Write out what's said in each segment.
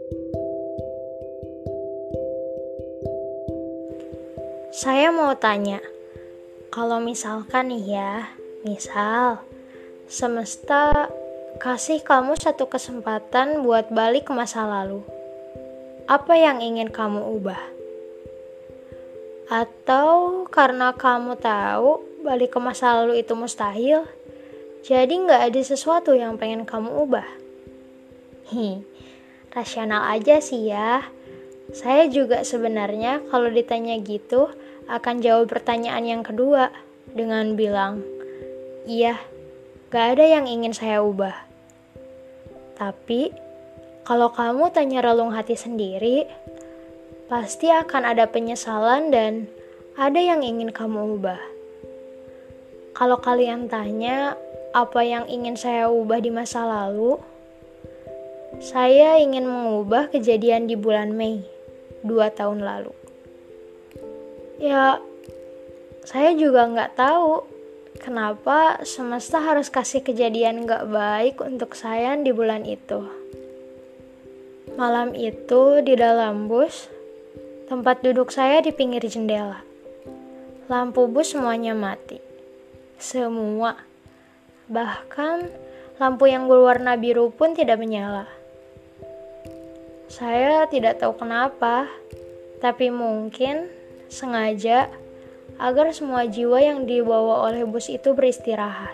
Saya mau tanya, kalau misalkan nih ya, misal semesta kasih kamu satu kesempatan buat balik ke masa lalu, apa yang ingin kamu ubah? Atau karena kamu tahu balik ke masa lalu itu mustahil, jadi nggak ada sesuatu yang pengen kamu ubah? Rasional aja sih ya. Saya juga sebenarnya kalau ditanya gitu akan jawab pertanyaan yang kedua dengan bilang, iya, gak ada yang ingin saya ubah. Tapi, kalau kamu tanya relung hati sendiri, pasti akan ada penyesalan dan ada yang ingin kamu ubah. Kalau kalian tanya, apa yang ingin saya ubah di masa lalu? Saya ingin mengubah kejadian di bulan Mei 2 tahun lalu. Ya, saya juga nggak tahu kenapa semesta harus kasih kejadian nggak baik untuk saya di bulan itu. Malam itu di dalam bus, tempat duduk saya di pinggir jendela. Lampu bus semuanya mati. Semua. Bahkan lampu yang berwarna biru pun tidak menyala. Saya tidak tahu kenapa, tapi mungkin sengaja agar semua jiwa yang dibawa oleh bus itu beristirahat.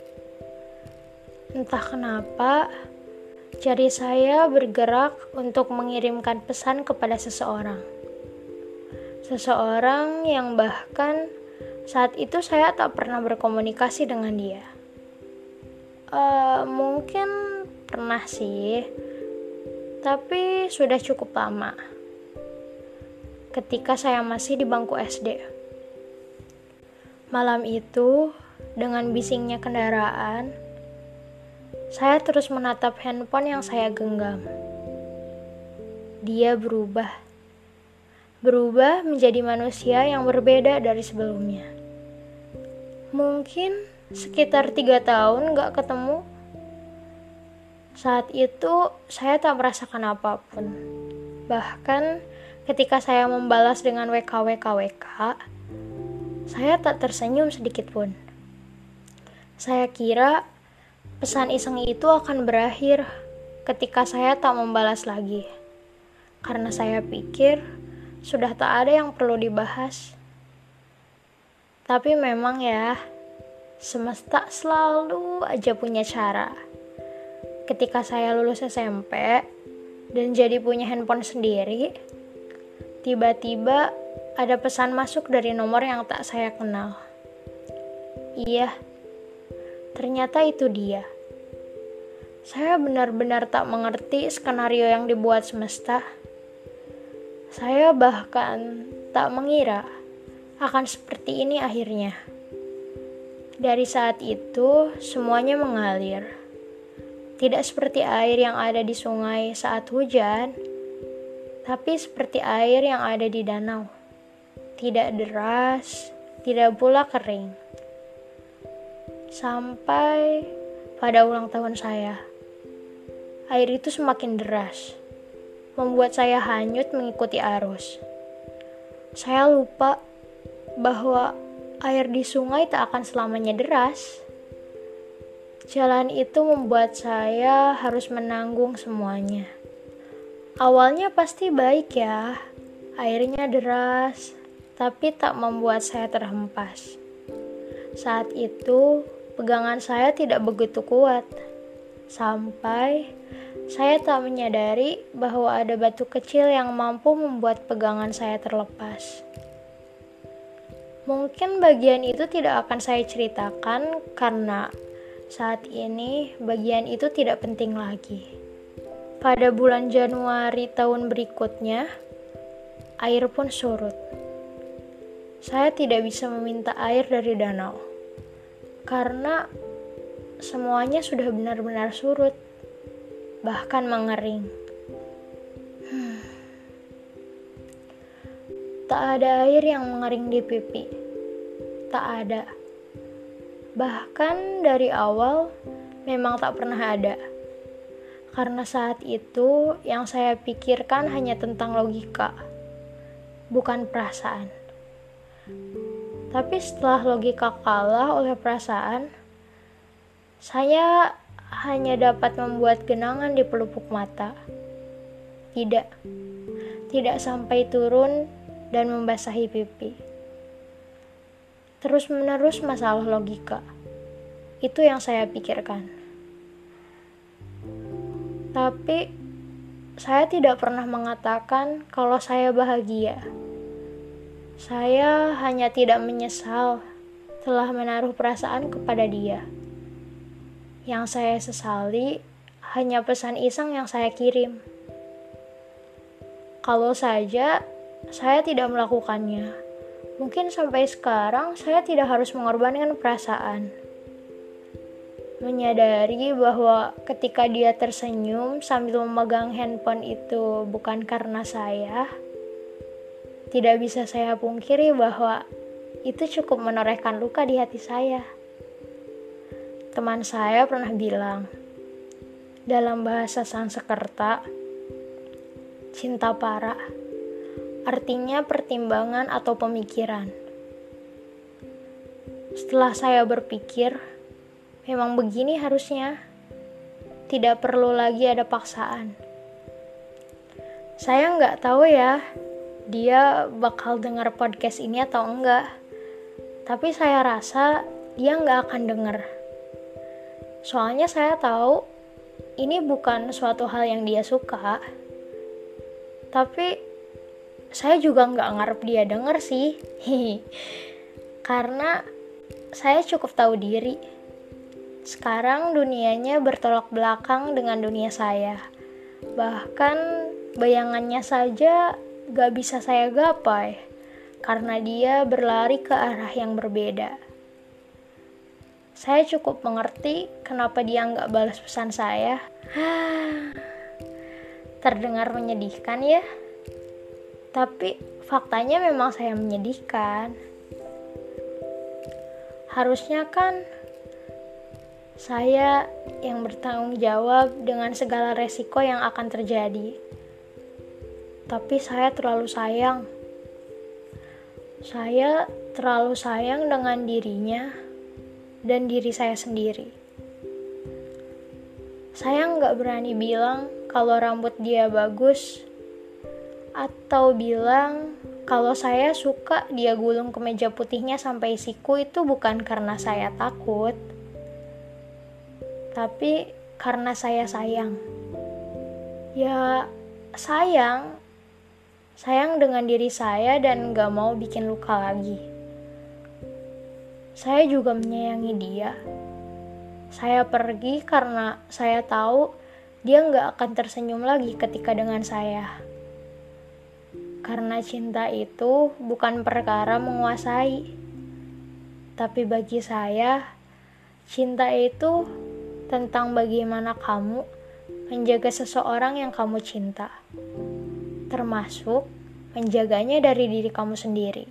Entah kenapa, jari saya bergerak untuk mengirimkan pesan kepada seseorang. Seseorang yang bahkan saat itu saya tak pernah berkomunikasi dengan dia. Mungkin pernah sih, tapi sudah cukup lama. Ketika saya masih di bangku SD. Malam itu, dengan bisingnya kendaraan, saya terus menatap handphone yang saya genggam. Dia berubah menjadi manusia yang berbeda dari sebelumnya. Mungkin sekitar 3 tahun gak ketemu. Saat itu, saya tak merasakan apapun. Bahkan, ketika saya membalas dengan WKWKWK, saya tak tersenyum sedikit pun. Saya kira pesan iseng itu akan berakhir ketika saya tak membalas lagi. Karena saya pikir sudah tak ada yang perlu dibahas. Tapi memang ya, semesta selalu aja punya cara. Ketika saya lulus SMP dan jadi punya handphone sendiri, tiba-tiba ada pesan masuk dari nomor yang tak saya kenal. Iya, ternyata itu dia. Saya benar-benar tak mengerti skenario yang dibuat semesta. Saya bahkan tak mengira akan seperti ini akhirnya. Dari saat itu, semuanya mengalir. Tidak seperti air yang ada di sungai saat hujan, tapi seperti air yang ada di danau. Tidak deras, tidak pula kering. Sampai pada ulang tahun saya, air itu semakin deras, membuat saya hanyut mengikuti arus. Saya lupa bahwa air di sungai tak akan selamanya deras. Jalan itu membuat saya harus menanggung semuanya. Awalnya pasti baik ya, airnya deras, tapi tak membuat saya terhempas. Saat itu, pegangan saya tidak begitu kuat, sampai saya tak menyadari bahwa ada batu kecil yang mampu membuat pegangan saya terlepas. Mungkin bagian itu tidak akan saya ceritakan karena saat ini bagian itu tidak penting lagi. Pada bulan Januari tahun berikutnya, air pun surut. Saya tidak bisa meminta air dari danau, karena semuanya sudah benar-benar surut, bahkan mengering. Tak ada air yang mengering di pipi, tak ada. Bahkan dari awal memang tak pernah ada. Karena saat itu yang saya pikirkan hanya tentang logika, bukan perasaan. Tapi setelah logika kalah oleh perasaan, saya hanya dapat membuat genangan di pelupuk mata. Tidak sampai turun dan membasahi pipi. Terus-menerus masalah logika. Itu yang saya pikirkan. Tapi saya tidak pernah mengatakan kalau saya bahagia. Saya hanya tidak menyesal telah menaruh perasaan kepada dia. Yang saya sesali hanya pesan iseng yang saya kirim. Kalau saja saya tidak melakukannya, mungkin sampai sekarang saya tidak harus mengorbankan perasaan. Menyadari bahwa ketika dia tersenyum sambil memegang handphone itu bukan karena saya, tidak bisa saya pungkiri bahwa itu cukup menorehkan luka di hati saya. Teman saya pernah bilang, dalam bahasa Sanskerta, cinta para artinya pertimbangan atau pemikiran. Setelah saya berpikir, memang begini harusnya. Tidak perlu lagi ada paksaan. Saya nggak tahu ya, dia bakal dengar podcast ini atau enggak. Tapi saya rasa dia nggak akan denger. Soalnya saya tahu ini bukan suatu hal yang dia suka. Tapi saya juga nggak ngarep dia denger sih. Karena saya cukup tahu diri. Sekarang dunianya bertolak belakang dengan dunia saya. Bahkan bayangannya saja gak bisa saya gapai. Karena dia berlari ke arah yang berbeda. Saya cukup mengerti kenapa dia gak balas pesan saya. Terdengar menyedihkan ya. Tapi faktanya memang saya menyedihkan. Harusnya kan saya yang bertanggung jawab dengan segala resiko yang akan terjadi. Tapi saya terlalu sayang. Saya terlalu sayang dengan dirinya dan diri saya sendiri. Saya nggak berani bilang kalau rambut dia bagus, atau bilang kalau saya suka dia gulung kemeja putihnya sampai siku itu bukan karena saya takut. Tapi karena saya sayang. Ya, sayang dengan diri saya dan gak mau bikin luka lagi. Saya juga menyayangi dia. Saya pergi karena saya tahu dia gak akan tersenyum lagi ketika dengan saya. Karena cinta itu bukan perkara menguasai. Tapi bagi saya, cinta itu tentang bagaimana kamu menjaga seseorang yang kamu cinta, termasuk menjaganya dari diri kamu sendiri.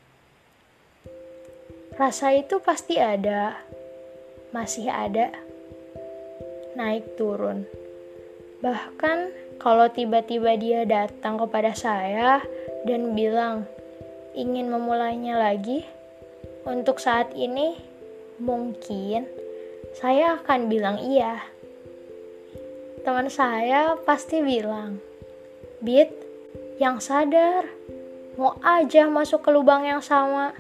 Rasa itu pasti ada, masih ada, naik turun. Bahkan kalau tiba-tiba dia datang kepada saya dan bilang ingin memulainya lagi, untuk saat ini mungkin saya akan bilang iya. Teman saya pasti bilang, Bit, yang sadar, mau aja masuk ke lubang yang sama.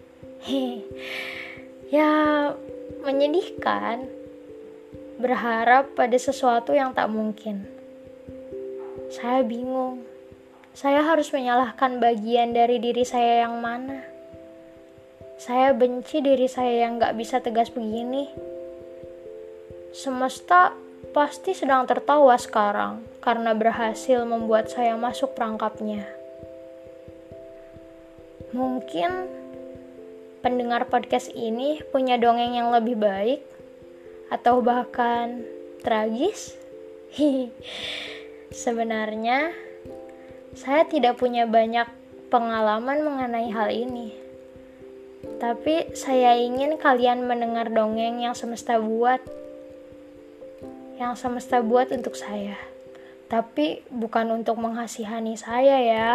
Ya, menyedihkan. Berharap pada sesuatu yang tak mungkin. Saya bingung. Saya harus menyalahkan bagian dari diri saya yang mana. Saya benci diri saya yang gak bisa tegas begini. Semesta pasti sedang tertawa sekarang karena berhasil membuat saya masuk perangkapnya. Mungkin pendengar podcast ini punya dongeng yang lebih baik atau bahkan tragis. Sebenarnya saya tidak punya banyak pengalaman mengenai hal ini. Tapi saya ingin kalian mendengar dongeng yang semesta buat. yang semesta buat untuk saya. Tapi bukan untuk menghasihani saya ya.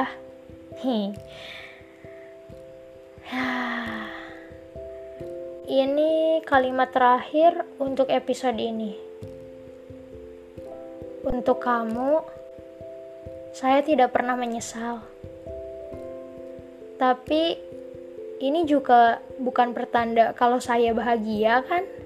Ini kalimat terakhir untuk episode ini. Untuk kamu, saya tidak pernah menyesal. Tapi ini juga bukan pertanda kalau saya bahagia kan?